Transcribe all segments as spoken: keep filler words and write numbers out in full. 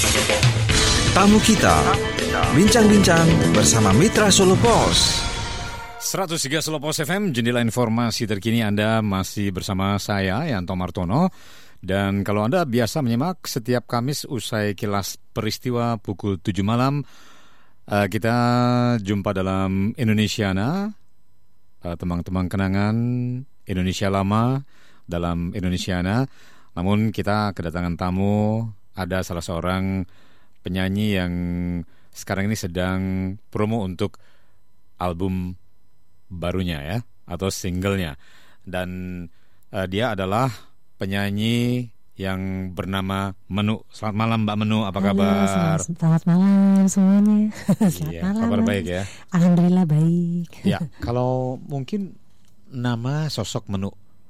Tamu kita, bincang-bincang bersama Mitra Solo Pos. seratus tiga Solo Pos F M, jendela informasi terkini. Anda masih bersama saya, Yanto Martono. Dan kalau Anda biasa menyimak setiap Kamis usai kilas peristiwa pukul tujuh malam, uh, kita jumpa dalam Indonesiana, uh, teman-teman kenangan Indonesia lama dalam Indonesiana. Namun kita kedatangan tamu, ada salah seorang penyanyi yang sekarang ini sedang promo untuk album barunya ya, atau singlenya. Dan uh, dia adalah penyanyi yang bernama Menu. Selamat malam Mbak Menu, apa Halo, kabar? Selamat, selamat malam semuanya. Selamat Iya, malam. kabar baik ya? Alhamdulillah baik. Ya, kalau mungkin nama sosok Menu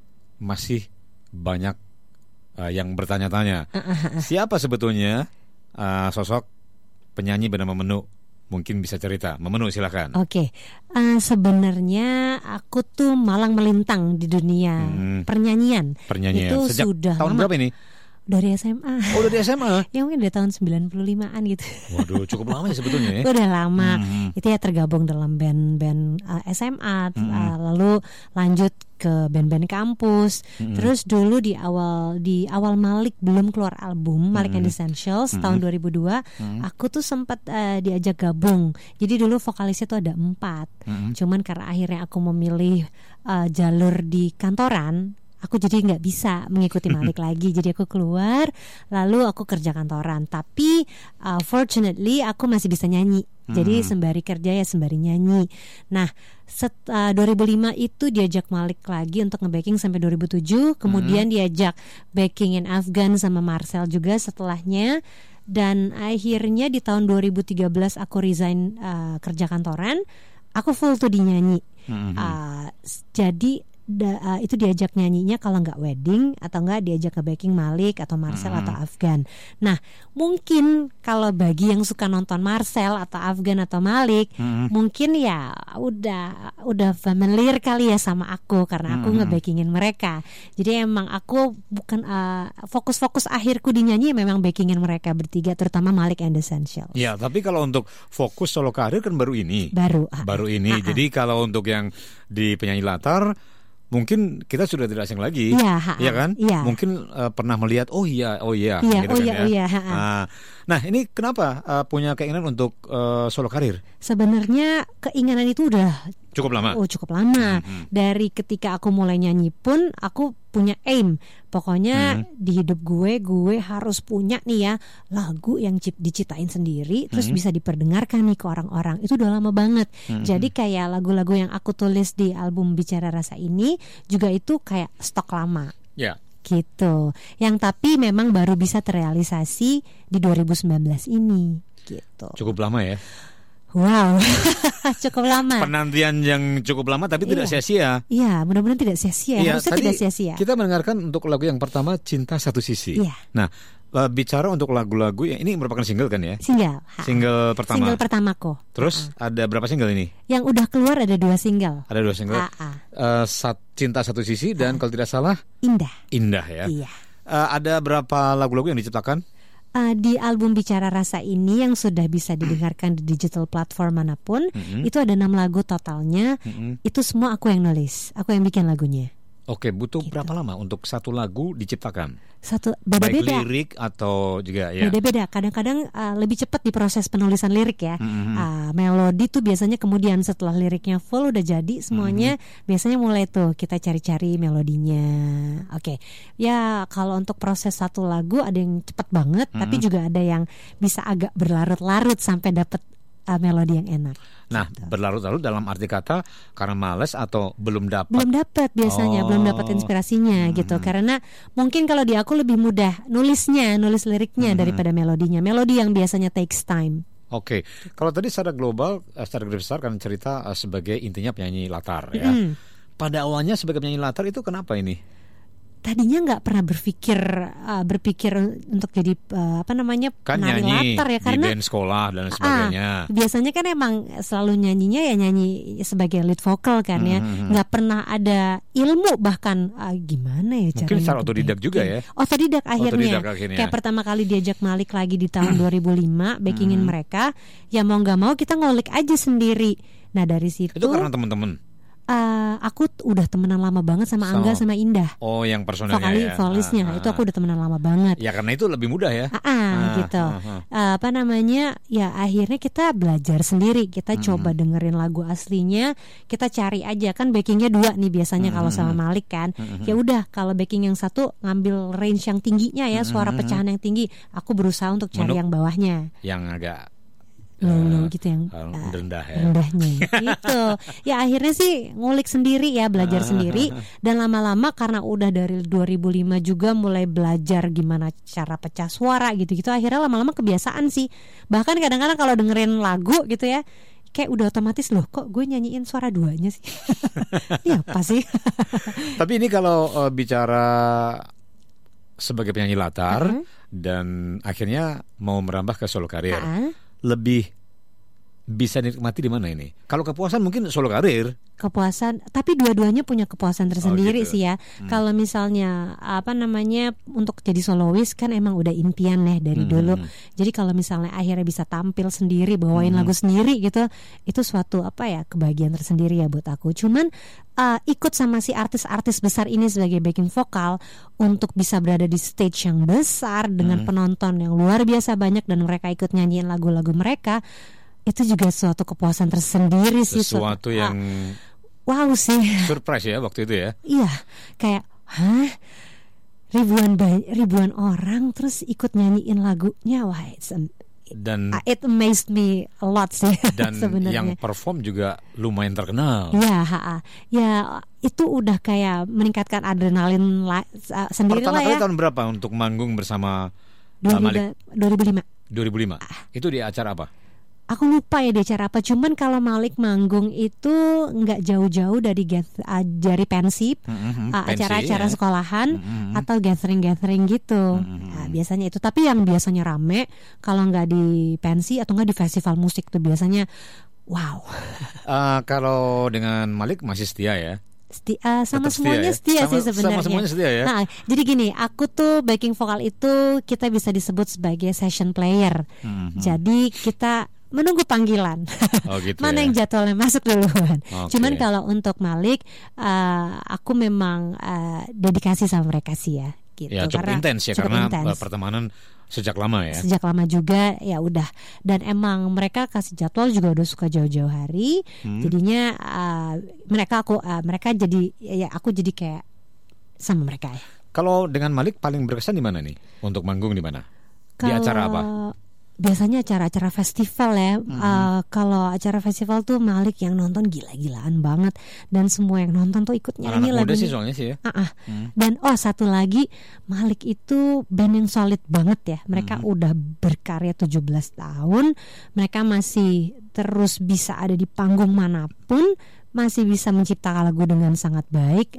masih banyak uh, yang bertanya-tanya. Siapa sebetulnya uh, sosok penyanyi bernama Menu? Mungkin bisa cerita. Menu, silakan. Oke, uh, sebenarnya aku tuh malang melintang di dunia Hmm. pernyanyian. Pernyanyian. Itu Sejak sudah tahun lama. berapa ini? Dari S M A. Oh, dari S M A. Ya mungkin dari tahun sembilan puluh limaan gitu. Waduh, cukup lama ya sebetulnya ya. Udah lama. Hmm. Itu ya tergabung dalam band-band uh, S M A, Hmm. uh, lalu lanjut ke band-band kampus. Hmm. Terus dulu di awal di awal Malik belum keluar album, Malik Hmm. and Essentials Hmm. tahun dua ribu dua, Hmm. aku tuh sempat uh, diajak gabung. Jadi dulu vokalisnya tuh ada empat. Hmm. Cuman karena akhirnya aku memilih uh, jalur di kantoran, aku jadi nggak bisa mengikuti Malik lagi. Jadi aku keluar, lalu aku kerja kantoran. Tapi uh, fortunately aku masih bisa nyanyi. Jadi Hmm. sembari kerja ya sembari nyanyi. Nah, set, uh, dua ribu lima itu diajak Malik lagi untuk nge-backing sampai dua ribu tujuh. Kemudian diajak backing in Afgan sama Marcel juga setelahnya. Dan akhirnya di tahun dua ribu tiga belas aku resign uh, kerja kantoran. Aku full tuh di nyanyi. Hmm. Uh, jadi Da, uh, itu diajak nyanyinya kalau nggak wedding atau nggak diajak ke backing Malik atau Marcel Hmm. atau Afgan. Nah mungkin kalau bagi yang suka nonton Marcel atau Afgan atau Malik, Hmm. mungkin ya udah udah familiar kali ya sama aku karena aku Hmm. nge-backingin mereka. Jadi emang aku bukan uh, fokus-fokus akhirku di nyanyi memang backingin mereka bertiga, terutama Malik and Essentials. Ya, tapi kalau untuk fokus solo karir kan baru ini. Baru uh, Baru ini. uh, uh. Jadi kalau untuk yang di penyanyi latar, mungkin kita sudah tidak asing lagi, Iya, ha, ya kan? iya. Mungkin uh, pernah melihat, oh iya, oh iya, Iya, gitu oh kan iya, ya. oh iya, ha, ha. Nah, nah, ini kenapa uh, punya keinginan untuk uh, solo karir? Sebenarnya keinginan itu udah Cukup lama. Oh cukup lama. Hmm. Dari ketika aku mulai nyanyi pun aku punya aim. Pokoknya Hmm. di hidup gue, gue harus punya nih ya lagu yang cip- diciptain sendiri, terus Hmm. bisa diperdengarkan nih ke orang-orang. Itu udah lama banget. Hmm. Jadi kayak lagu-lagu yang aku tulis di album Bicara Rasa ini juga itu kayak stok lama. Ya. Gitu. Yang tapi memang baru bisa terrealisasi di dua ribu sembilan belas ini. Gitu. Cukup lama ya. Wow, cukup lama. Penantian yang cukup lama tapi tidak Iya. sia-sia. Iya, mudah-mudahan tidak sia-sia. Iya, Harusnya tadi tidak sia-sia. kita mendengarkan untuk lagu yang pertama, Cinta Satu Sisi. Iya. Nah, uh, bicara untuk lagu-lagu yang ini merupakan single kan ya? Single. Ha. Single pertama. Single pertamaku. Terus ada berapa single ini? Yang udah keluar ada dua single. Ada dua single. Ha, ha. Uh, sat, Cinta Satu Sisi dan kalau tidak salah Indah. Indah ya. Iya. Uh, ada berapa lagu-lagu yang diciptakan? Uh, di album Bicara Rasa ini yang sudah bisa didengarkan di digital platform manapun, Mhm. itu ada enam lagu totalnya. Mhm. Itu semua aku yang nulis, aku yang bikin lagunya. Oke, butuh Gitu. berapa lama untuk satu lagu diciptakan? Satu Baik beda-beda. lirik atau juga ya. Beda-beda. Kadang-kadang uh, lebih cepat di proses penulisan lirik ya. Mhm. Uh, melodi tuh biasanya kemudian setelah liriknya full udah jadi semuanya, biasanya mulai tuh kita cari-cari melodinya. Oke, ya kalau untuk proses satu lagu ada yang cepat banget, tapi juga ada yang bisa agak berlarut-larut sampai dapet uh, melodi yang enak. Nah, Gitu. berlarut-larut dalam arti kata karena males atau belum dapat. Belum dapat biasanya, Oh. belum dapat inspirasinya gitu. Karena mungkin kalau di aku lebih mudah nulisnya, nulis liriknya daripada melodinya. Melodi yang biasanya takes time. Oke, kalau tadi secara global, eh, secara garis besar kan cerita eh, sebagai intinya penyanyi latar ya. Mm. Pada awalnya sebagai penyanyi latar itu kenapa ini? tadinya nggak pernah berpikir uh, berpikir untuk jadi uh, apa namanya kan penari nyanyi latar ya, karena di band sekolah dan sebagainya. Ah, biasanya kan emang selalu nyanyinya ya nyanyi sebagai lead vocal kan ya, Hmm. nggak pernah ada ilmu bahkan ah, gimana ya cara. Mungkin secara otodidak juga ya. Otodidak akhirnya. Otodidak akhirnya. Kayak pertama kali diajak Malik lagi di tahun dua ribu lima backingin mereka, ya mau nggak mau kita ngulik aja sendiri. Nah dari situ. Itu karena teman-teman. Uh, aku t- udah temenan lama banget sama Angga So, sama Indah. Oh, yang personelnya Vokali, ya. vokalisnya Ah, itu ah, aku udah temenan lama banget. Ya karena itu lebih mudah ya. Ah, ah, Ah, gitu. ah, ah. Uh, apa namanya? Ya akhirnya kita belajar sendiri. Kita Hmm. coba dengerin lagu aslinya. Kita cari aja kan backingnya dua nih biasanya Hmm. kalau sama Malik kan. Hmm. Ya udah kalau backing yang satu ngambil range yang tingginya ya, suara Hmm. pecahan yang tinggi. Aku berusaha untuk cari Menuk- yang bawahnya. Yang agak Low-low gitu yang uh, uh, rendah ya. rendahnya gitu. Ya akhirnya sih ngulik sendiri ya, belajar sendiri. Dan lama-lama karena udah dari dua ribu lima juga mulai belajar gimana cara pecah suara gitu-gitu, akhirnya lama-lama kebiasaan sih. Bahkan kadang-kadang kalau dengerin lagu gitu ya, kayak udah otomatis loh kok gue nyanyiin suara duanya sih. Ini apa sih? Tapi ini kalau uh, bicara sebagai penyanyi latar Uh-huh. dan akhirnya mau merambah ke solo karir, Ah, lebih bisa dinikmati di mana ini? Kalau kepuasan mungkin solo karir. kepuasan, tapi dua-duanya punya kepuasan tersendiri gitu. sih ya. Hmm. Kalau misalnya apa namanya untuk jadi solois kan emang udah impian nih dari Hmm. dulu. Jadi kalau misalnya akhirnya bisa tampil sendiri, bawain Hmm. lagu sendiri gitu, itu suatu apa ya kebahagiaan tersendiri ya buat aku. Cuman uh, ikut sama si artis-artis besar ini sebagai backing vokal untuk bisa berada di stage yang besar dengan Hmm. penonton yang luar biasa banyak dan mereka ikut nyanyiin lagu-lagu mereka. Itu juga suatu kepuasan tersendiri sih. Sesuatu suatu- yang ah, wow sih. surprise ya waktu itu ya. Iya, kayak hah? Ribuan ba- ribuan orang terus ikut nyanyiin lagunya. Wah, it's am- Dan it amazed me a lot sih dan sebenarnya. yang perform juga lumayan terkenal. Ya, ha-ha. Ya itu udah kayak meningkatkan adrenalin la- uh, sendiri Pertama lah kali ya. tahun berapa untuk manggung bersama dua ribu, Malik? dua ribu lima. dua ribu lima. Itu di acara apa? Aku lupa ya di acara apa. Cuman kalau Malik manggung itu nggak jauh-jauh dari gath- uh, dari pensip, Mm-hmm. uh, acara-acara sekolahan Mm-hmm. atau gathering-gathering gitu. Nah, biasanya itu. Tapi yang biasanya rame kalau nggak di pensi atau nggak di festival musik tuh biasanya wow. Uh, kalau dengan Malik masih setia ya? Seti- uh, sama Tetap setia semuanya ya? setia Sama- sih sebenarnya. sama semuanya setia ya? Nah, jadi gini, aku tuh backing vokal itu kita bisa disebut sebagai session player. Mhm. Jadi kita menunggu panggilan. Oh gitu Mana ya? yang jadwalnya masuk duluan. Oke. Cuman kalau untuk Malik, uh, aku memang uh, dedikasi sama mereka sih ya. Gitu. Ya cukup Karena intens ya cukup karena intens. uh, pertemanan sejak lama ya. Sejak lama juga ya udah. Dan emang mereka kasih jadwal juga udah suka jauh-jauh hari. Hmm. Jadinya uh, mereka aku uh, mereka jadi ya aku jadi kayak sama mereka ya. Kalau dengan Malik paling berkesan di mana nih? Untuk manggung di mana? Di Kalau acara apa? biasanya acara-acara festival ya. Mm-hmm. Uh, kalau acara festival tuh Malik yang nonton gila-gilaan banget dan semua yang nonton tuh ikut nyanyi Anak-anak muda lagunya. sih soalnya sih ya. Ah-ah. Hmm. Dan oh satu lagi, Malik itu band yang solid banget ya. Mereka Mm-hmm. udah berkarya tujuh belas tahun. Mereka masih terus bisa ada di panggung manapun, masih bisa menciptakan lagu dengan sangat baik.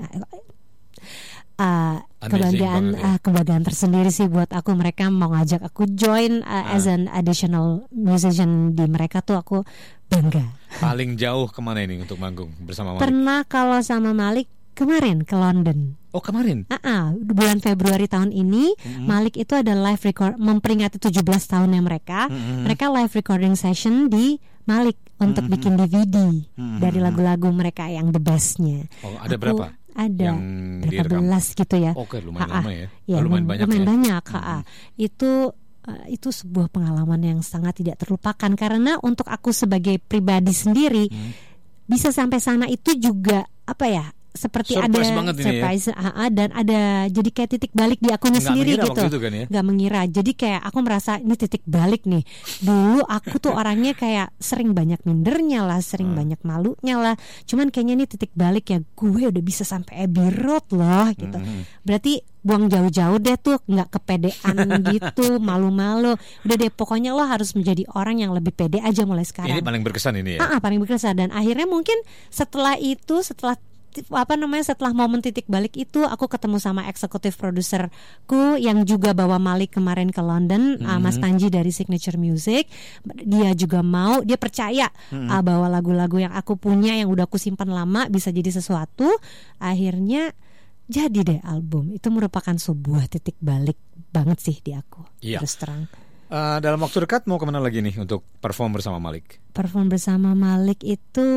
Uh, Amazing kebanggaan banget ya. uh, kebanggaan tersendiri sih buat aku. Mereka mau ngajak aku join uh, Ah. as an additional musician di mereka tuh aku bangga. Paling jauh kemana ini untuk manggung bersama Malik? Pernah kalau sama Malik kemarin ke London. Oh kemarin? Ah, bulan Februari tahun ini Mm-hmm. Malik itu ada live record memperingati tujuh belas tahunnya mereka. Mm-hmm. Mereka live recording session di Malik untuk Mm-hmm. bikin D V D Mm-hmm. dari lagu-lagu mereka yang the bestnya. Oh ada Aku- berapa? Ada Yang berapa direkam? belas gitu ya. Oke lumayan Ha-ha. lama ya. Ya, Oh, lumayan banyak lumayan ya. banyak, ha-ha. Itu uh, itu sebuah pengalaman yang sangat tidak terlupakan karena untuk aku sebagai pribadi sendiri Hmm. bisa sampai sana itu juga apa ya? Seperti Surprise ada banget ini ya. surprise ha-ha, dan ada jadi kayak titik balik di akunnya Nggak sendiri mengira gitu. waktu itu kan ya? Nggak mengira. Jadi kayak aku merasa ini titik balik nih. Dulu aku tuh orangnya kayak sering banyak mindernya lah, sering Hmm. banyak malunya lah. Cuman kayaknya ini titik balik ya, gue udah bisa sampai Abbey Road loh gitu. Hmm. Berarti buang jauh-jauh deh tuh, nggak kepedean gitu, malu-malu. Udah deh, pokoknya lo harus menjadi orang yang lebih pede aja mulai sekarang. Ini paling berkesan ini ya. Ah, ah, paling berkesan. Dan akhirnya mungkin setelah itu, setelah apa namanya setelah momen titik balik itu aku ketemu sama eksekutif produserku yang juga bawa Malik kemarin ke London, mm-hmm. uh, Mas Panji dari Signature Music. Dia juga mau, dia percaya mm-hmm. uh, bahwa lagu-lagu yang aku punya yang udah aku simpan lama bisa jadi sesuatu. Akhirnya jadi deh album. Itu merupakan sebuah titik balik banget sih di aku. Iya. Terus terang. Uh, dalam waktu dekat mau kemana lagi nih untuk perform bersama Malik? Perform bersama Malik itu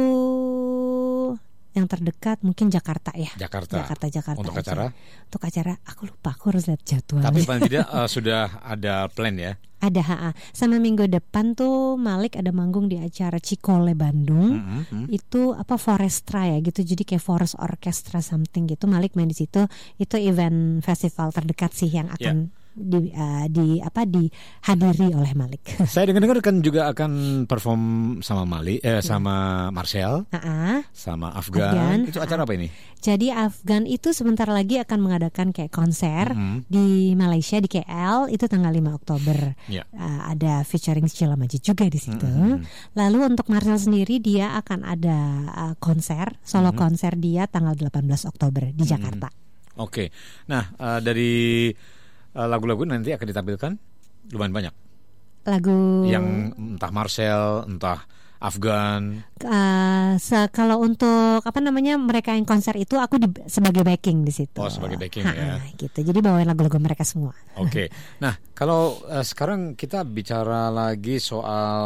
yang terdekat mungkin Jakarta ya. Jakarta. Jakarta, Jakarta. Untuk aja. acara? Untuk acara, aku lupa, aku harus lihat jadwal. Tapi paling tidak uh, sudah ada plan ya? Ada, ha, ha. Sama minggu depan tuh Malik ada manggung di acara Cikole Bandung. Mm-hmm. Itu apa Forestra ya gitu. Jadi kayak Forest Orchestra something gitu. Malik main di situ. Itu event festival terdekat sih yang akan yeah. di uh, di apa dihadiri oleh Malik. Saya dengar-dengar kan juga akan perform sama Malik eh sama Marcel, uh-uh. sama Afgan. Afgan. Itu acara apa ini? Jadi Afgan itu sebentar lagi akan mengadakan kayak konser mm-hmm. di Malaysia di K L itu tanggal lima Oktober. Yeah. Uh, ada featuring Sheila Majid juga di situ. Mm-hmm. Lalu untuk Marcel sendiri dia akan ada uh, konser solo mm-hmm. konser dia tanggal delapan belas Oktober di Jakarta. Mm-hmm. Oke. Okay. Nah, uh, dari lagu-lagu nanti akan ditampilkan lumayan banyak. Lagu yang entah Marcel, entah Afgan. Uh, se- kalau untuk apa namanya mereka yang konser itu aku di, sebagai backing di situ. Oh, sebagai backing ha, ya. Gitu. Jadi bawain lagu-lagu mereka semua. Oke. Okay. Nah, kalau uh, sekarang kita bicara lagi soal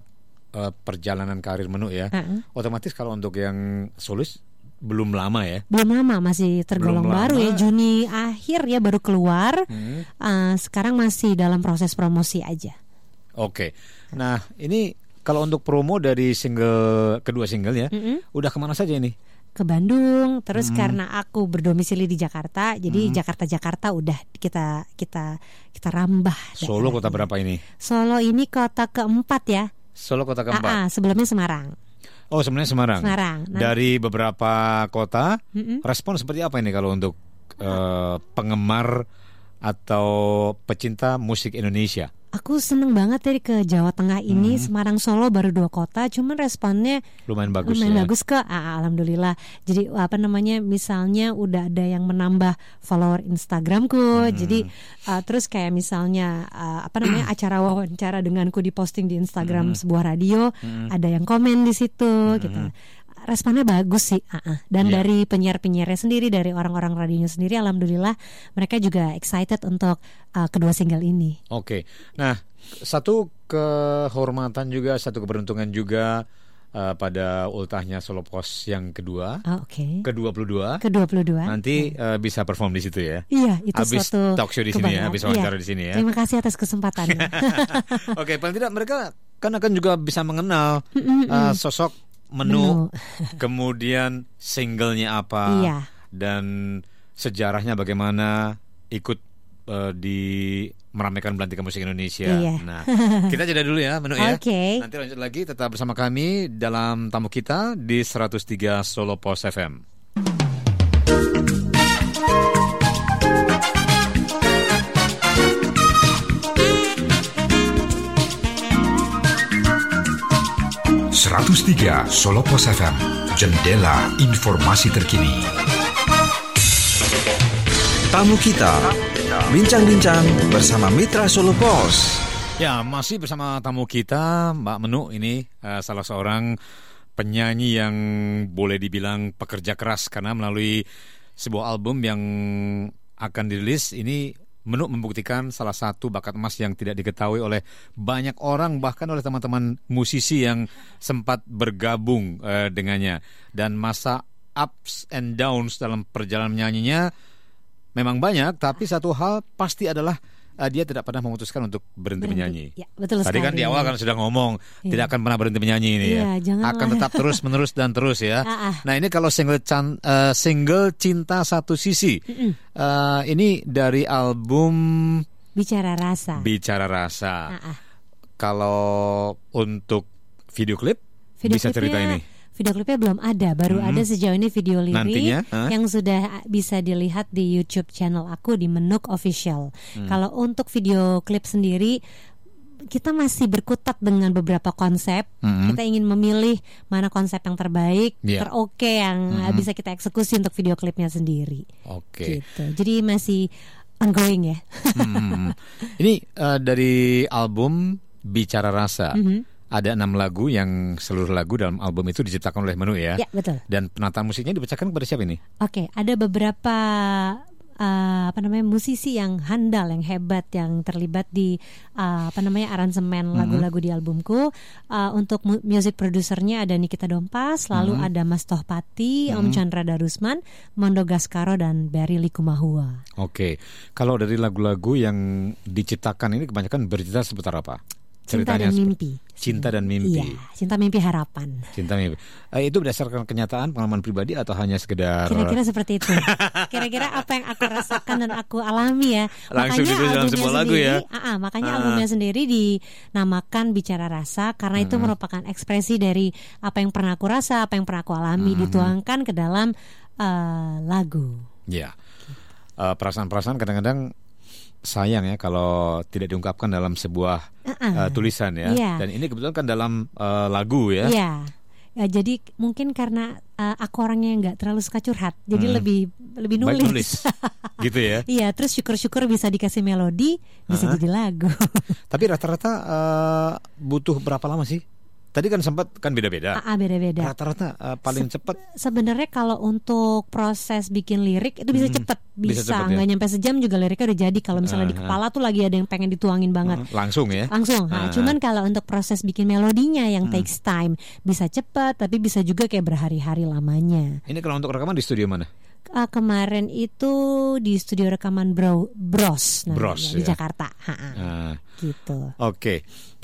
uh, perjalanan karir Menu ya. Uh-uh. Otomatis kalau untuk yang solis belum lama ya? Belum lama, masih tergolong belum baru lama. Ya. Juni akhir ya baru keluar. Hmm. Uh, sekarang masih dalam proses promosi aja. Oke. Nah ini kalau untuk promo dari single kedua single ya, mm-hmm. udah kemana saja ini? Ke Bandung. Terus hmm. karena aku berdomisili di Jakarta, jadi hmm. Jakarta-Jakarta udah kita kita kita rambah. Solo kota berapa ini? Solo ini kota keempat ya. Solo kota keempat. Aa, sebelumnya Semarang. Oh sebenarnya Semarang. Semarang. Nah. Dari beberapa kota, mm-hmm. respon seperti apa ini kalau untuk uh, penggemar atau pecinta musik Indonesia? Aku seneng banget ya ke Jawa Tengah ini, hmm. Semarang Solo baru dua kota, cuman responnya lumayan bagus lumayan ya. bagus ke, ah, alhamdulillah. Jadi apa namanya, misalnya udah ada yang menambah follower Instagramku, hmm. jadi uh, terus kayak misalnya uh, apa namanya acara wawancara denganku diposting di Instagram hmm. sebuah radio, hmm. ada yang komen di situ, hmm. gitu. Responnya bagus sih, uh-uh. dan yeah. dari penyiar-penyiarnya sendiri, dari orang-orang radionya sendiri, alhamdulillah mereka juga excited untuk uh, kedua single ini. Oke, okay. Nah satu kehormatan juga, satu keberuntungan juga uh, pada ultahnya Solo Pos yang kedua, oh, okay. ke dua puluh dua, ke dua puluh dua, nanti uh, bisa perform di situ ya. Iya, itu habis suatu talk show di sini ya, habis wawancara iya. di sini ya. Terima kasih atas kesempatannya. Oke, okay, paling tidak mereka kan akan juga bisa mengenal uh, sosok Menu, kemudian singlenya apa, iya. dan sejarahnya bagaimana ikut uh, di meramaikan belantika musik Indonesia. Iya. Nah, kita jeda dulu ya, Menu ya. Okay. Nanti lanjut lagi, tetap bersama kami dalam tamu kita di seratus tiga Solo Pos F M. seratus tiga Solo Pos F M, jendela informasi terkini. Tamu kita, bincang-bincang bersama Mitra Solo Pos. Ya, masih bersama tamu kita Mbak Menu ini, uh, salah seorang penyanyi yang boleh dibilang pekerja keras karena melalui sebuah album yang akan dirilis ini Menu membuktikan salah satu bakat emas yang tidak diketahui oleh banyak orang, bahkan oleh teman-teman musisi yang sempat bergabung uh, dengannya. Dan masa ups and downs dalam perjalanan menyanyinya memang banyak, tapi satu hal pasti adalah uh, dia tidak pernah memutuskan untuk berhenti menyanyi. Ya, betul Tadi sekali. kan di awal kan sudah ngomong ya. Tidak akan pernah berhenti menyanyi ini ya, ya. Akan tetap terus menerus dan terus ya. Ah, ah. Nah ini kalau single can, uh, single Cinta Satu Sisi, uh, ini dari album Bicara Rasa. Bicara Rasa. Ah, ah. Kalau untuk video klip, video bisa cerita ini. Video klipnya belum ada, baru hmm. ada sejauh ini video lirik Nantinya, huh? yang sudah bisa dilihat di YouTube channel aku di Menuk Official. Hmm. Kalau untuk video klip sendiri kita masih berkutat dengan beberapa konsep. Mm-hmm. Kita ingin memilih mana konsep yang terbaik, yeah. teroke yang mm-hmm. bisa kita eksekusi untuk video klipnya sendiri. Oke. Okay. Gitu. Jadi masih ongoing ya. hmm. Ini uh, dari album Bicara Rasa. Mm-hmm. Ada enam lagu yang seluruh lagu dalam album itu diciptakan oleh Menu ya. Ya, betul. Dan penataan musiknya dibacakan kepada siapa ini? Oke, ada beberapa Uh, apa namanya musisi yang handal, yang hebat, yang terlibat di uh, apa namanya aransemen mm-hmm. lagu-lagu di albumku. Uh, untuk mu- music produsernya ada Nikita Dompas, lalu mm-hmm. ada Mas Tohpati, mm-hmm. Om Chandra Darusman, Mondo Gascaro dan Barry Likumahua. Oke, kalau dari lagu-lagu yang diciptakan ini kebanyakan bercerita seputar apa? Cinta dan mimpi. Cinta dan mimpi. Iya, cinta mimpi harapan. Cinta mimpi. Eh, itu berdasarkan kenyataan, pengalaman pribadi atau hanya sekedar? Kira-kira seperti itu. Kira-kira apa yang aku rasakan dan aku alami ya. Langsung makanya dalam sebuah lagu ya. Uh-uh, makanya uh. albumnya sendiri dinamakan Bicara Rasa karena itu uh. merupakan ekspresi dari apa yang pernah aku rasa, apa yang pernah aku alami, uh. dituangkan ke dalam uh, lagu. Ya. Uh, perasaan-perasaan kadang-kadang sayang ya kalau tidak diungkapkan dalam sebuah uh-uh. uh, tulisan ya. Yeah. Dan ini kebetulan kan dalam uh, lagu ya. Iya. Yeah. Ya, jadi mungkin karena uh, aku orangnya nggak terlalu suka curhat, jadi hmm. lebih lebih nulis. Baik nulis. Gitu ya. Iya, terus syukur-syukur bisa dikasih melodi, bisa uh-huh. jadi lagu. Tapi rata-rata uh, butuh berapa lama sih? Tadi kan sempat kan beda-beda. Ah, beda-beda. Rata-rata uh, paling Se- cepat. Sebenarnya kalau untuk proses bikin lirik itu bisa hmm, cepat, bisa, bisa nggak ya? Nyampe sejam juga liriknya udah jadi. Kalau misalnya uh, di kepala tuh lagi ada yang pengen dituangin banget. Uh, langsung ya. Langsung. Nah, uh, cuman kalau untuk proses bikin melodinya yang uh, takes time bisa cepat, tapi bisa juga kayak berhari-hari lamanya. Ini kalau untuk rekaman di studio mana? Uh, kemarin itu di studio rekaman Bro, Bros, namanya, Bros di ya? Jakarta. Uh, gitu. Oke, okay.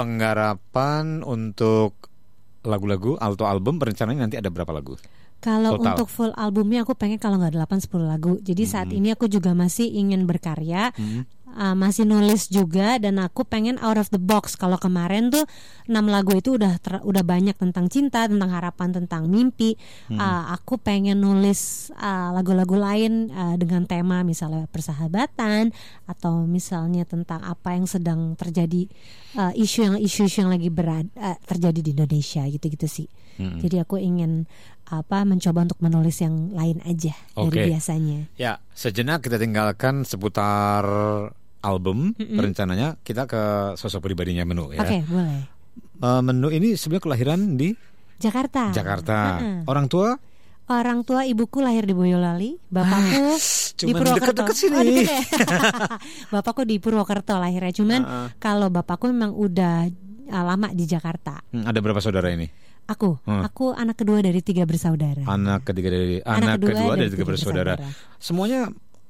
Penggarapan untuk lagu-lagu alto album rencananya nanti ada berapa lagu? Kalau total? Untuk full albumnya aku pengen kalau nggak delapan sepuluh lagu. Jadi hmm. saat ini aku juga masih ingin berkarya. Hmm. Uh, masih nulis juga dan aku pengen out of the box. Kalau kemarin tuh enam lagu itu udah ter, udah banyak tentang cinta, tentang harapan, tentang mimpi. Hmm. Uh, aku pengen nulis uh, lagu-lagu lain uh, dengan tema misalnya persahabatan atau misalnya tentang apa yang sedang terjadi, uh, isu yang isu yang lagi berat uh, terjadi di Indonesia gitu-gitu sih. Hmm. Jadi aku ingin apa mencoba untuk menulis yang lain aja okay. dari biasanya. Ya, sejenak kita tinggalkan seputar album, mm-hmm. rencananya kita ke sosok pribadinya Menu ya. Oke, okay, boleh. Uh, Menu ini sebenarnya kelahiran di Jakarta. Jakarta. Uh-uh. Orang tua? Orang tua ibuku lahir di Boyolali, bapakku ah, di Purwokerto. Deket-deket sini. Oh, deket ya? Bapakku di Purwokerto lahirnya. Cuman uh-uh. kalau bapakku memang udah uh, lama di Jakarta. Hmm, ada berapa saudara ini? Aku, hmm. aku anak kedua dari tiga bersaudara. Anak ketiga dari anak, anak kedua, kedua dari, dari tiga bersaudara. bersaudara. Semuanya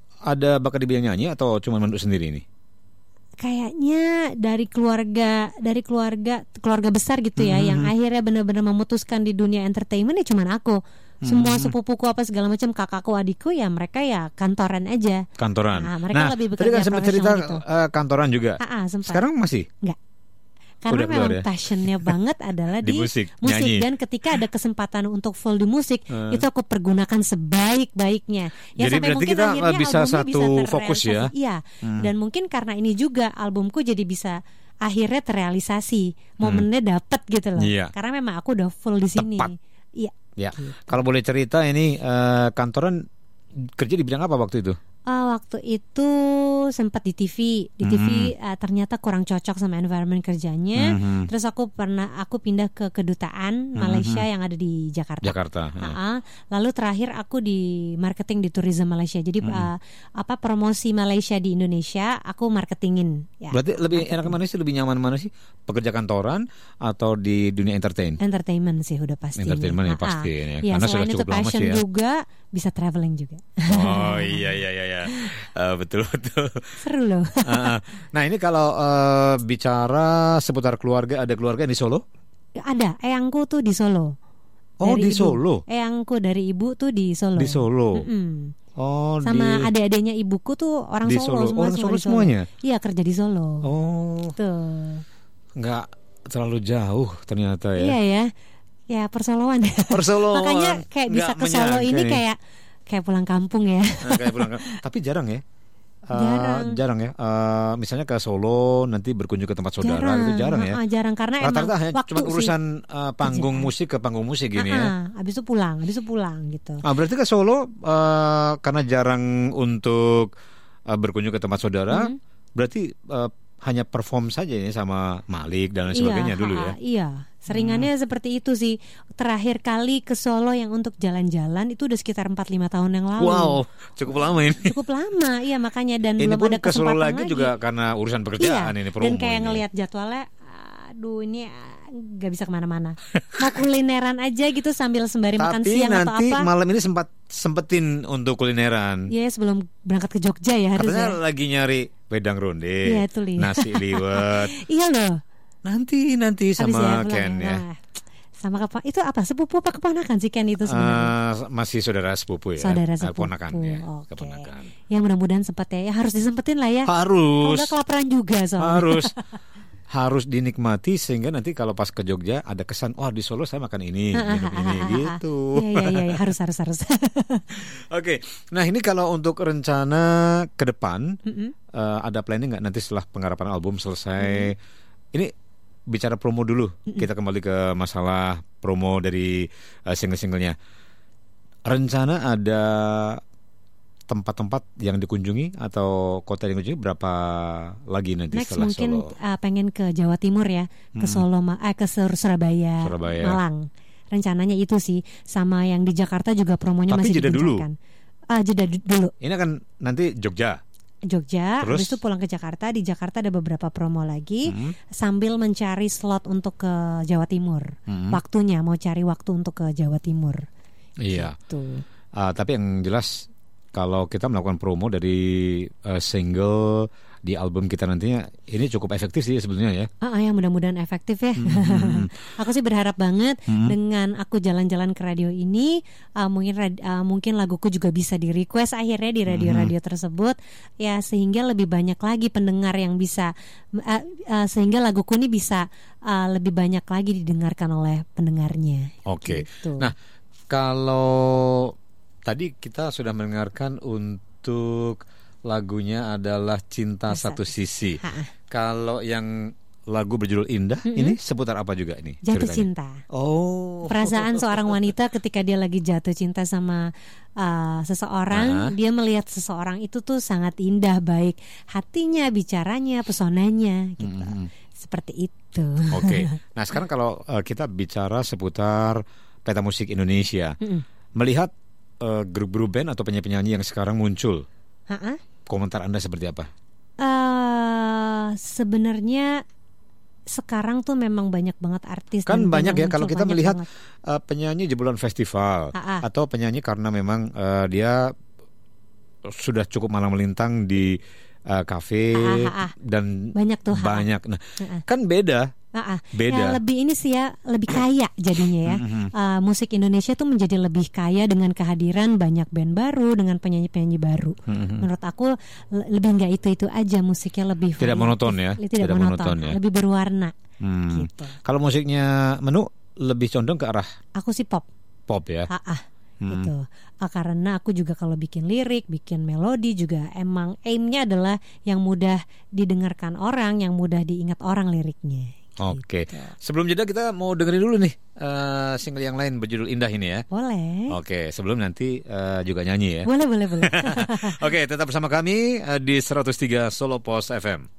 ada bakat di bidang nyanyi atau cuma Menu sendiri ini? Kayaknya dari keluarga dari keluarga keluarga besar gitu ya, hmm. yang akhirnya benar-benar memutuskan di dunia entertainment ya cuma aku. Semua hmm. sepupuku apa segala macam, kakakku, adikku ya mereka ya kantoran aja. Kantoran. Nah, mereka nah, lebih tadi bekerja kan sempat cerita gitu. uh, kantoran juga. Ah, ah, sekarang masih? Enggak. Karena udah memang ya? passionnya banget adalah di, di musik, musik. Nyanyi. Dan ketika ada kesempatan untuk full di musik, uh. itu aku pergunakan sebaik-baiknya. Ya, jadi berarti kita bisa satu bisa fokus ya. Iya. Hmm. Dan mungkin karena ini juga albumku jadi bisa akhirnya terrealisasi, momennya hmm. dapet gitu loh. Iya. Karena memang aku udah full di sini. Iya. Ya. Gitu. Kalau boleh cerita ini uh, kantoran kerja di bidang apa waktu itu? Uh, waktu itu sempat di T V, di T V mm-hmm. uh, ternyata kurang cocok sama environment kerjanya. Mm-hmm. Terus aku pernah aku pindah ke kedutaan mm-hmm. Malaysia yang ada di Jakarta. Jakarta. Uh-uh. Lalu terakhir aku di marketing di tourism Malaysia. Jadi mm-hmm. uh, apa promosi Malaysia di Indonesia aku marketingin. Ya, berarti lebih marketing. Enak mana sih, lebih nyaman mana sih? Pekerja kantoran atau di dunia entertain? Entertainment sih udah pasti. Entertainment ya pasti ya. Ya, karena selain sudah itu cukup lama passion sih ya. juga bisa traveling juga. Oh iya iya iya. Ya. Uh, betul betul. Seru loh. uh, nah ini kalau uh, bicara seputar keluarga, ada keluarga di Solo? Ada, eyangku tuh di Solo. Oh dari di ibu. Solo. Eyangku dari ibu tuh di Solo. Di Solo. Mm-mm. Oh, sama di... adik-adiknya ibuku tuh orang di Solo, Solo. semua, Orang semua Solo di Solo. semuanya. Iya kerja di Solo. Oh. Tuh. Nggak terlalu jauh ternyata ya. Iya ya. Ya Persoloan. Persoloan. Makanya kayak bisa ke Solo ini nih. kayak kayak pulang kampung ya. Nah, kayak pulang kampung. Tapi jarang ya. Uh, Jarang. jarang ya. Uh, misalnya ke Solo nanti berkunjung ke tempat saudara Jarang. itu jarang ya. Uh, jarang karena Rata-rata emang hanya waktu cuma sih. urusan uh, panggung Kerjaan. musik ke panggung musik gini Uh, ya. uh, Habis itu pulang, habis itu pulang gitu. Ah, berarti ke Solo uh, karena jarang untuk uh, berkunjung ke tempat saudara, Hmm. berarti uh, hanya perform saja ya sama Malik dan lain sebagainya Iya, dulu ha, ya. Iya, seringannya seperti itu sih. Terakhir kali ke Solo yang untuk jalan-jalan itu udah sekitar empat lima tahun yang lalu. Wow, cukup lama ini. Cukup lama, iya makanya dan Ini belum pun ada ke Solo kesempatan lagi juga karena urusan pekerjaan iya, ini promo dan kayak ini. ngelihat jadwalnya, aduh ini ah, nggak bisa kemana-mana. Mau kulineran aja gitu sambil sembari makan Tapi siang atau nanti apa. malam ini sempat sempetin untuk kulineran. Iya sebelum berangkat ke Jogja ya Katanya harusnya. lagi nyari wedang ronde, Iya, itu lihat. nasi liwet. Iya loh. Nanti nanti Habis sama ya, pulang Ken ya. Nah, sama kepa- itu apa sepupu apa keponakan sih Ken itu Uh, sebenarnya? masih saudara sepupu ya. Saudara Uh, sepupu. Ponakan ya, Oke. keponakan. Ya mudah-mudahan sempat ya. Ya harus disempetin lah ya. Kalau Harus. nggak kelaparan juga soalnya. Harus harus dinikmati sehingga nanti kalau pas ke Jogja ada kesan, oh di Solo saya makan ini, minum ini gitu. Iya iya iya harus harus harus. Oke, nah ini kalau untuk rencana ke depan Mm-mm. uh, ada planning nggak nanti setelah penggarapan album selesai? Ini bicara promo dulu, kita kembali ke masalah promo dari uh, single-singlenya. Rencana ada tempat-tempat yang dikunjungi atau kota yang dikunjungi berapa lagi nanti Next setelah mungkin Solo? uh, pengen ke Jawa Timur ya, ke Solo, ma- eh, ke Sur- Surabaya, Surabaya. Malang. Rencananya itu sih, sama yang di Jakarta juga promonya Tapi masih jeda dulu. digencarkan. Ah, jeda du- dulu. Ini kan nanti Jogja. Jogja, Terus? habis itu pulang ke Jakarta. Di Jakarta ada beberapa promo lagi, Hmm. sambil mencari slot untuk ke Jawa Timur. Hmm. Waktunya mau cari waktu untuk ke Jawa Timur. Iya. Tuh. Ah, tapi yang jelas kalau kita melakukan promo dari uh, single di album kita nantinya, ini cukup efektif sih sebenarnya ya. Ah, ah, ya mudah-mudahan efektif ya. Hmm. Aku sih berharap banget Hmm. dengan aku jalan-jalan ke radio ini, ah, mungkin rad- ah, mungkin laguku juga bisa di request akhirnya di radio-radio tersebut, ya sehingga lebih banyak lagi pendengar yang bisa, ah, ah, sehingga laguku ini bisa ah, lebih banyak lagi didengarkan oleh pendengarnya. Oke. Gitu. Nah, kalau tadi kita sudah mendengarkan untuk lagunya adalah Cinta Satu Satu Sisi. Ha-ha. Kalau yang lagu berjudul Indah, ini seputar apa juga ini? Jatuh ceritanya? cinta. Oh. Perasaan seorang wanita ketika dia lagi jatuh cinta sama uh, Ah. seseorang, dia melihat seseorang itu tuh sangat indah, baik hatinya, bicaranya, pesonanya, gitu. Mhm. Seperti itu. Oke. Nah, sekarang kalau uh, kita bicara seputar peta musik Indonesia, Mm-mm. melihat uh, grup-grup band atau penyanyi-penyanyi yang sekarang muncul, Ha-ha. komentar Anda seperti apa? Eh, sebenarnya sekarang tuh memang banyak banget artis Kan dan band banyak yang ya kalau muncul, kita banyak melihat banget. uh, penyanyi jebolan festival Ha-ha. atau penyanyi karena memang uh, dia sudah cukup malang melintang di uh, kafe Ha-ha, ha-ha. dan Banyak tuh, ha-ha. banyak. Nah, Ha-ha. kan beda. Ah, ah. Beda. Ya, lebih ini sih ya, lebih kaya jadinya ya. Uh, musik Indonesia tuh menjadi lebih kaya dengan kehadiran banyak band baru, dengan penyanyi-penyanyi baru. Menurut aku le- lebih nggak itu-itu aja, musiknya lebih Tidak variatif. monoton ya? Tidak, Tidak monoton, monoton ya? lebih berwarna. Hmm. Gitu. Kalau musiknya Menu lebih condong ke arah Aku sih pop. pop ya. Ah, ah. Gitu. Ah, karena aku juga kalau bikin lirik, bikin melodi juga emang aimnya adalah yang mudah didengarkan orang, yang mudah diingat orang liriknya. Oke. Gitu. Sebelum jeda kita mau dengerin dulu nih uh, single yang lain berjudul Indah ini ya. Boleh. Oke, sebelum nanti uh, juga nyanyi ya. Boleh, boleh, boleh. Oke, tetap bersama kami uh, di seratus tiga Solo Pos F M.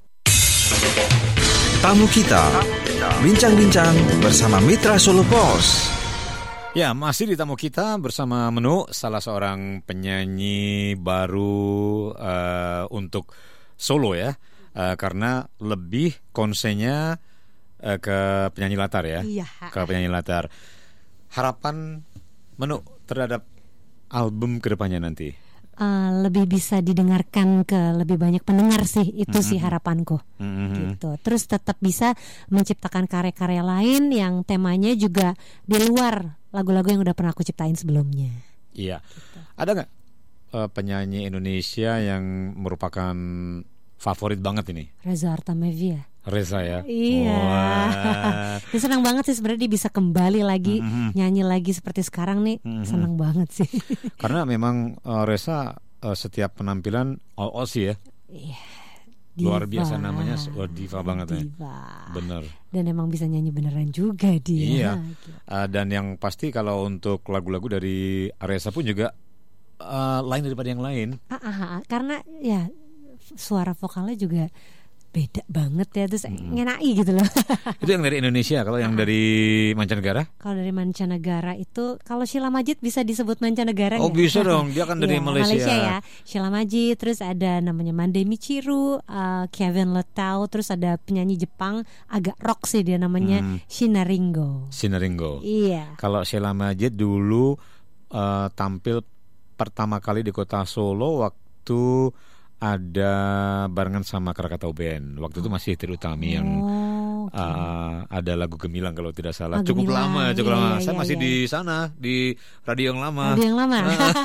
Tamu kita, bincang-bincang bersama Mitra Solo Pos. Ya, masih di tamu kita bersama Menu, salah seorang penyanyi baru uh, untuk solo ya. Uh, karena lebih konsennya uh, ke penyanyi latar ya. Iya. Ke penyanyi latar. Harapan Menu terhadap album kedepannya nanti. Uh, lebih bisa didengarkan ke lebih banyak pendengar sih, itu sih harapanku. Mhm. Gitu. Terus tetap bisa menciptakan karya-karya lain yang temanya juga di luar lagu-lagu yang udah pernah aku ciptain sebelumnya. Iya. Ada nggak uh, penyanyi Indonesia yang merupakan favorit banget ini? Reza Artamevia. Reza ya. Iya. Wah. Dia senang banget sih sebenarnya dia bisa kembali lagi Mhm. nyanyi lagi seperti sekarang nih. Mhm. Senang banget sih. Karena memang uh, Reza uh, setiap penampilan all all sih ya. Iya. Luar Diva. biasa namanya, oh, diva banget ya. Diva. Bener. Dan emang bisa nyanyi beneran juga dia. Iya. Gitu. Uh, dan yang pasti kalau untuk lagu-lagu dari Aresa pun juga uh, lain daripada yang lain. Ah, ah, ah, karena ya suara vokalnya juga beda banget ya, terus Mm-mm. ngenai gitu loh. Itu yang dari Indonesia. Kalau yang dari mancanegara? Kalau dari mancanegara itu, kalau Sheila Majid bisa disebut mancanegara Oh nggak? bisa dong, dia kan dari Ya, Malaysia. ya. Sheila Majid, terus ada namanya Mande Michiru, uh, Kevin Letao, terus ada penyanyi Jepang agak rock sih dia namanya, Hmm. Shinaringo. Shinaringo. Iya. Kalau Sheila Majid dulu uh, tampil pertama kali di kota Solo waktu ada barengan sama Krakatau Band. Waktu itu masih Trie Utami yang Oh, oke. uh, ada lagu Gemilang kalau tidak salah. Oh, Cukup Gemilang. lama, cukup Iya, lama. iya, Saya iya, masih iya. di sana di radio yang lama. Radio yang lama.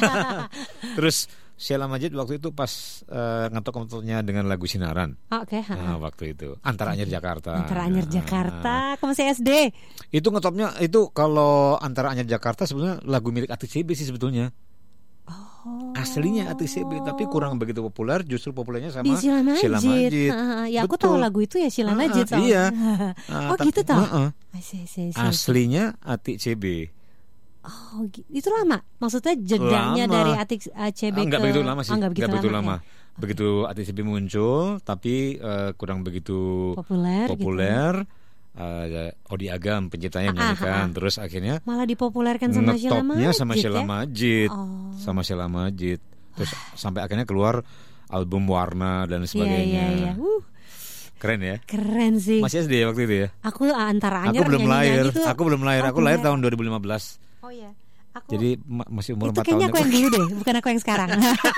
Terus Sheila Majid waktu itu pas uh, ngetok-ngetoknya dengan lagu Sinaran. Oh, oke. ha, Nah, ha. waktu itu Antara Anyar Jakarta. Antara Anyar Nah, Jakarta, kamu masih S D. itu ngetopnya itu kalau Antara Anyar Jakarta sebenarnya lagu milik A T C B sih sebetulnya. Oh. Aslinya A T C B tapi kurang begitu populer, justru populernya sama Di Sheila Majid. Sheila Majid. Ha, ha. Ya aku Betul. tahu lagu itu ya Sheila Ah, Majid. ah, iya. Oh Ah, tapi- gitu tau. Heeh. I see, I see, I see. Aslinya A T C B. Oh, gi- itu lama. Maksudnya jedanya Lama. dari A T C B Ah, enggak ke begitu lama sih. Oh, enggak begitu Enggak begitu lama. lama. ya. Begitu A T C B muncul tapi eh, kurang begitu Populer, populer. Eh, Odi Agam penciptanya Ah, menyanyikan, ah, ah. terus akhirnya Malah dipopulerkan sama Sheila ngetopnya Majid. sama Sheila ya? Majid, Oh. sama Sheila Majid. Terus sampai akhirnya keluar album Warna dan Iya, sebagainya. iya, iya. Uh, Keren ya. keren sih. Masih S D ya waktu itu ya. Aku antara Aku Anyar belum nyanyi-nyanyi lahir. tuh- Aku belum lahir. Oh, Aku lahir belum tahun dua ribu lima belas. Oh iya. Aku Jadi ma- masih umur itu empat tahun. kayaknya aku yang dulu deh, bukan aku yang sekarang.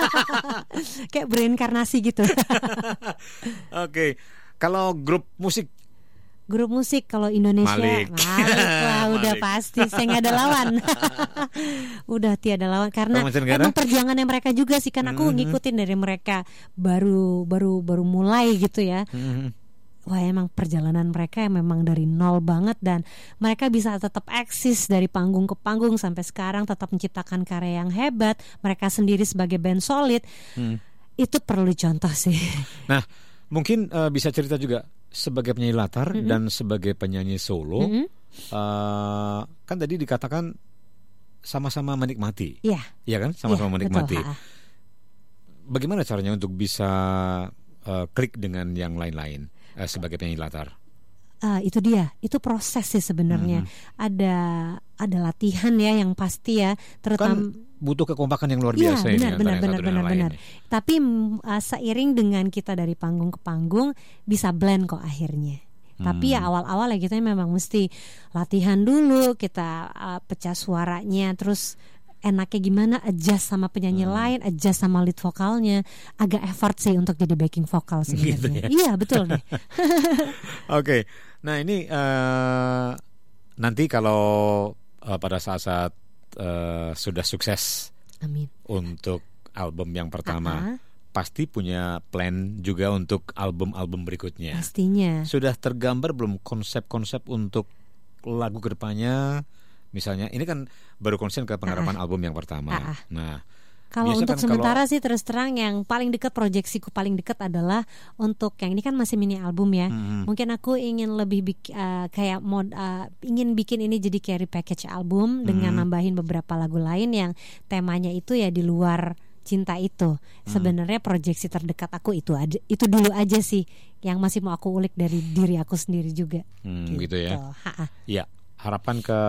Kayak berinkarnasi gitu. Oke. Kalau grup musik Grup musik kalau Indonesia Malik. Malik lah udah Malik. pasti saya nggak ada lawan. Udah tiada lawan karena Kalau mancanegara? emang perjuangannya mereka juga sih kan aku Mhm. ngikutin dari mereka baru baru baru mulai gitu ya. hmm, Wah emang perjalanan mereka yang memang dari nol banget dan mereka bisa tetap eksis dari panggung ke panggung sampai sekarang tetap menciptakan karya yang hebat. Mereka sendiri sebagai band solid hmm. itu perlu dicontoh sih. Nah, mungkin eh, bisa cerita juga sebagai penyanyi latar Mm-mm. dan sebagai penyanyi solo. Mhm. eh, kan tadi dikatakan sama-sama menikmati. Iya. Iya kan? Sama-sama Iya, menikmati. betul, ha-ha. Bagaimana caranya untuk bisa eh, klik dengan yang lain-lain eh, sebagai penyanyi latar? Ah, itu dia, itu proses sih sebenarnya. Mhm. Ada ada latihan ya yang pasti ya, terutama Kan butuh kekompakan yang luar Iya, biasa ini benar, antara benar, yang benar, satu dengan benar, yang lain. benar. Tapi mm, uh, seiring dengan kita dari panggung ke panggung bisa blend kok akhirnya. Tapi ya Hmm. awal-awal ya kita memang mesti latihan dulu, kita uh, pecah suaranya, terus enaknya gimana adjust sama penyanyi Hmm. lain, adjust sama lead vokalnya, agak effort sih untuk jadi backing vokal sebenarnya. Gitu ya? Iya betul deh. Oke, nah ini eh, nanti kalau eh, pada saat-saat eh, sudah sukses Amin. untuk album yang pertama, Ah, pasti punya plan juga untuk album-album berikutnya. pastinya. Sudah tergambar belum konsep-konsep untuk lagu kedepannya? Misalnya, ini kan baru konsen ke pengharapan album yang pertama. Ah, ah. Nah, Kalau biasa untuk kan sementara sih terus terang yang paling dekat proyeksiku paling dekat adalah untuk yang ini kan masih mini album ya. Mhm. Mungkin aku ingin lebih bik- uh, kayak mod uh, ingin bikin ini jadi carry package album dengan Mhm. nambahin beberapa lagu lain yang temanya itu ya di luar cinta itu. Sebenarnya proyeksi terdekat aku itu aja, itu dulu aja sih yang masih mau aku ulik dari diri aku sendiri juga. Hmm, gitu ya. Ha-ha. Ya, harapan ke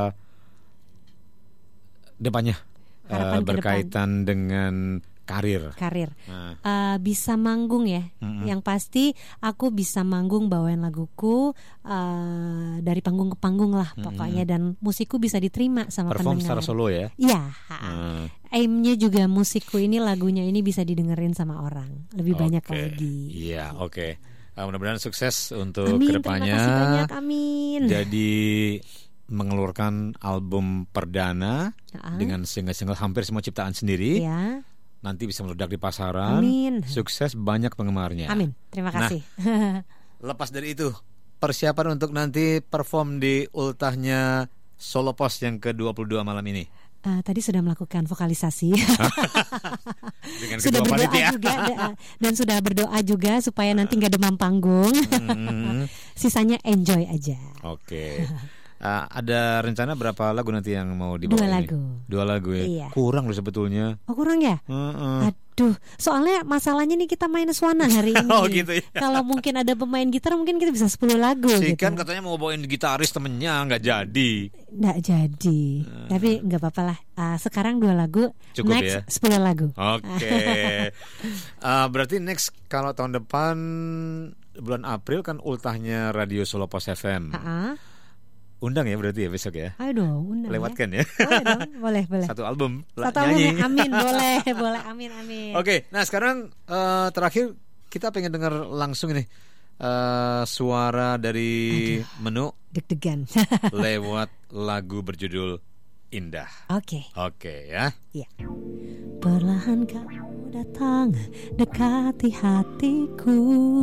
depannya eh, Harapan ke berkaitan dengan karir. Karir. Nah, Uh, bisa manggung ya. Mm-mm. Yang pasti aku bisa manggung bawain laguku uh, dari panggung ke panggung lah pokoknya dan musikku bisa diterima sama perform pendengar. secara solo ya. Iya. Nah, Aimnya juga musikku ini lagunya ini bisa didengerin sama orang lebih banyak oke. lagi. Iya, oke. Ah, mudah-mudahan sukses untuk Amin. kedepannya. Terima kasih banyak. Amin. Jadi mengeluarkan album perdana Ah, dengan single-single hampir semua ciptaan sendiri. ya. Nanti bisa meledak di pasaran. Amin. Sukses banyak penggemarnya. Amin. Terima Nah, kasih. Lepas dari itu, persiapan untuk nanti perform di ultahnya Solo Pos yang ke dua puluh dua malam ini. Uh, tadi sudah melakukan vokalisasi, Dengan sudah ketua berdoa panitia. juga da- dan sudah berdoa juga supaya nanti nggak demam panggung. Hmm. Sisanya enjoy aja. Oke. Uh, ada rencana berapa lagu nanti yang mau dibawa? Dua ini? lagu. Dua lagu ya. Iya. Kurang loh sebetulnya. Oh kurang ya? Uh-uh. Aduh, soalnya masalahnya nih kita main suana hari ini. Oh, gitu ya. Kalau mungkin ada pemain gitar mungkin kita bisa sepuluh lagu Si gitu. kan katanya mau bawain gitaris temennya, nggak jadi. Nggak jadi. Hmm. Tapi nggak apa-apa lah. Uh, sekarang dua lagu, Cukup next ya? sepuluh lagu. Oke. Uh, berarti next kalau tahun depan bulan April kan ultahnya Radio Solo Pos F M. Ha-ha. Undang ya berarti ya besok ya. Ayo dong, undang Lewatkan ya. ya. Boleh dong, boleh, boleh. Satu album Satu nyanyi. album, amin, boleh, boleh, amin, amin. Oke, nah sekarang uh, terakhir kita pengen dengar langsung ini uh, suara dari menu Deg-degan. lewat lagu berjudul Indah. Oke. Oke ya. Iya. Perlahan kau datang dekati hatiku,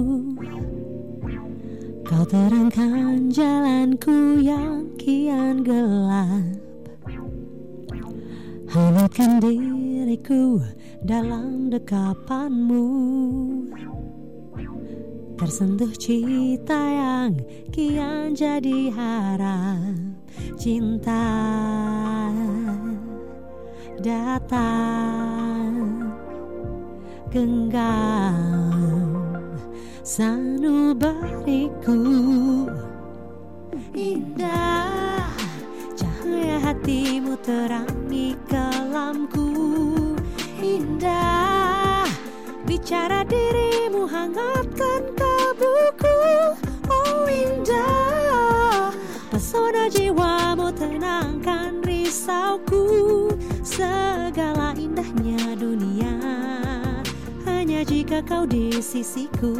kau terangkan jalanku yang kian gelap, hangatkan diriku dalam dekapanmu, tersentuh cita yang kian jadi harap. Cinta datang genggam sanubariku, indah cahaya hatimu terangi kelamku, indah bicara dirimu hangatkan kalbuku, oh indah pesona jiwamu tenangkan risauku, segala indahnya dunia hanya jika kau di sisiku.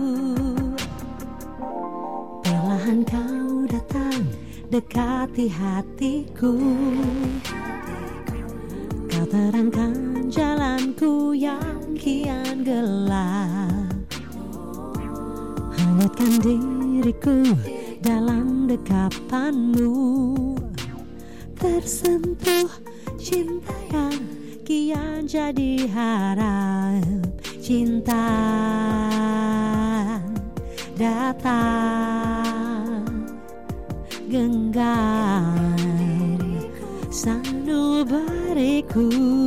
Perlahan kau datang dekati hatiku, kau terangkan jalanku yang kian gelap, hangatkan diriku dalam dekapanmu, tersentuh cinta yang kian jadi harap. Cinta datang genggam sanubariku,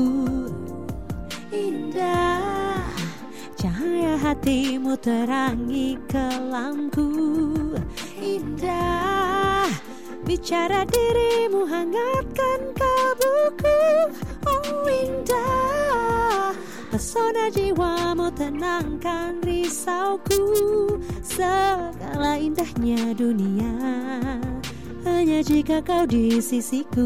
indah cahaya hatimu terangi kelamku, indah bicara dirimu hangatkan kalbuku, oh indah pesona jiwamu tenangkan risauku, segala indahnya dunia hanya jika kau di sisiku.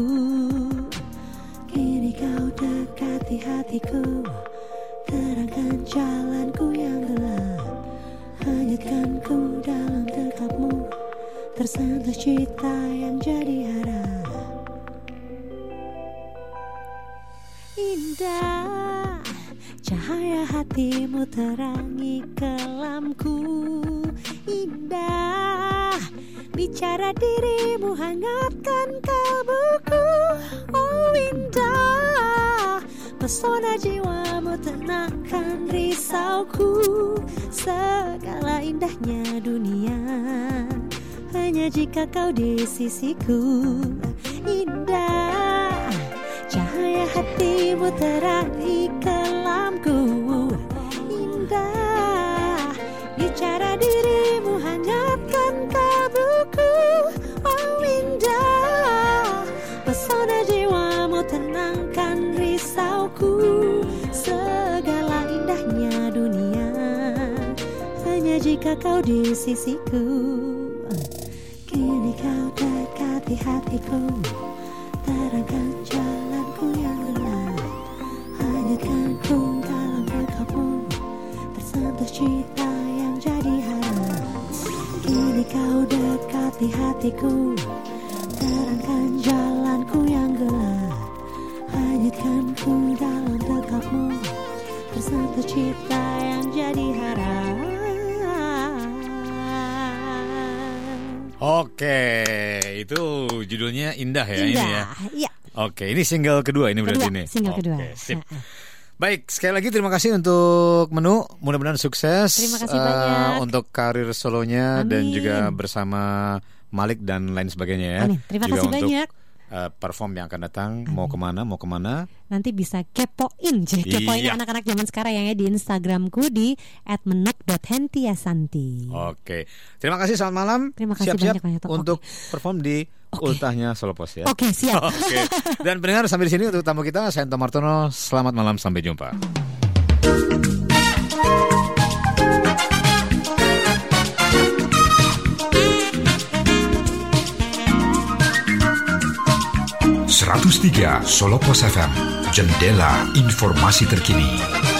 Kini kau dekati hatiku, terangkan jalanku yang gelap, hangatkan ku dalam dekapmu, tersentuh cita yang jadi harap. Indah cahaya hatimu terangi kelamku, indah bicara dirimu hangatkan kalbuku, oh indah pesona jiwamu tenangkan risauku, segala indahnya dunia hanya jika kau di sisiku. Indah cahaya hatimu terangi kelamku, indah bicara dirimu hangatkan kalbuku, oh indah pesona jiwamu tenangkan risauku, segala indahnya dunia hanya jika kau di sisiku. Kini kau dekati hatiku, terangkan jalanku yang gelap, hangatkan ku dalam dekapmu, tersentuh cita yang jadi harap. Kini kau dekati hatiku, terangkan jalanku yang gelap, hangatkan ku dalam dekapmu, tersentuh cita yang jadi harap. Oke, itu judulnya Indah ya. Indah, ini ya. iya. Oke, ini single kedua ini berarti Kedua, ini. single Oke, kedua. sip. Ha-ha. Baik, sekali lagi terima kasih untuk Menu. Mudah-mudahan sukses. Terima kasih eh, banyak. untuk karir solonya dan Amin. juga bersama Malik dan lain sebagainya ya. Amin. Terima juga kasih untuk, banyak. eh, perform yang akan datang. Mau kemana? Mau kemana? Nanti bisa kepoin, Cek. kepoin Iya. anak-anak zaman sekarang ya di Instagramku di et menuk dot hentiasanti. Oke, terima kasih. Selamat malam. Terima kasih Siap-siap banyak, Pak Yato. untuk perform di Oke. ultahnya Solo Pos ya. Oke, siap. Oke. Dan pendengar sampai di sini untuk tamu kita, saya Anto Martono. Selamat malam, sampai jumpa. seratus tiga Solo Pos F M, Jendela Informasi Terkini.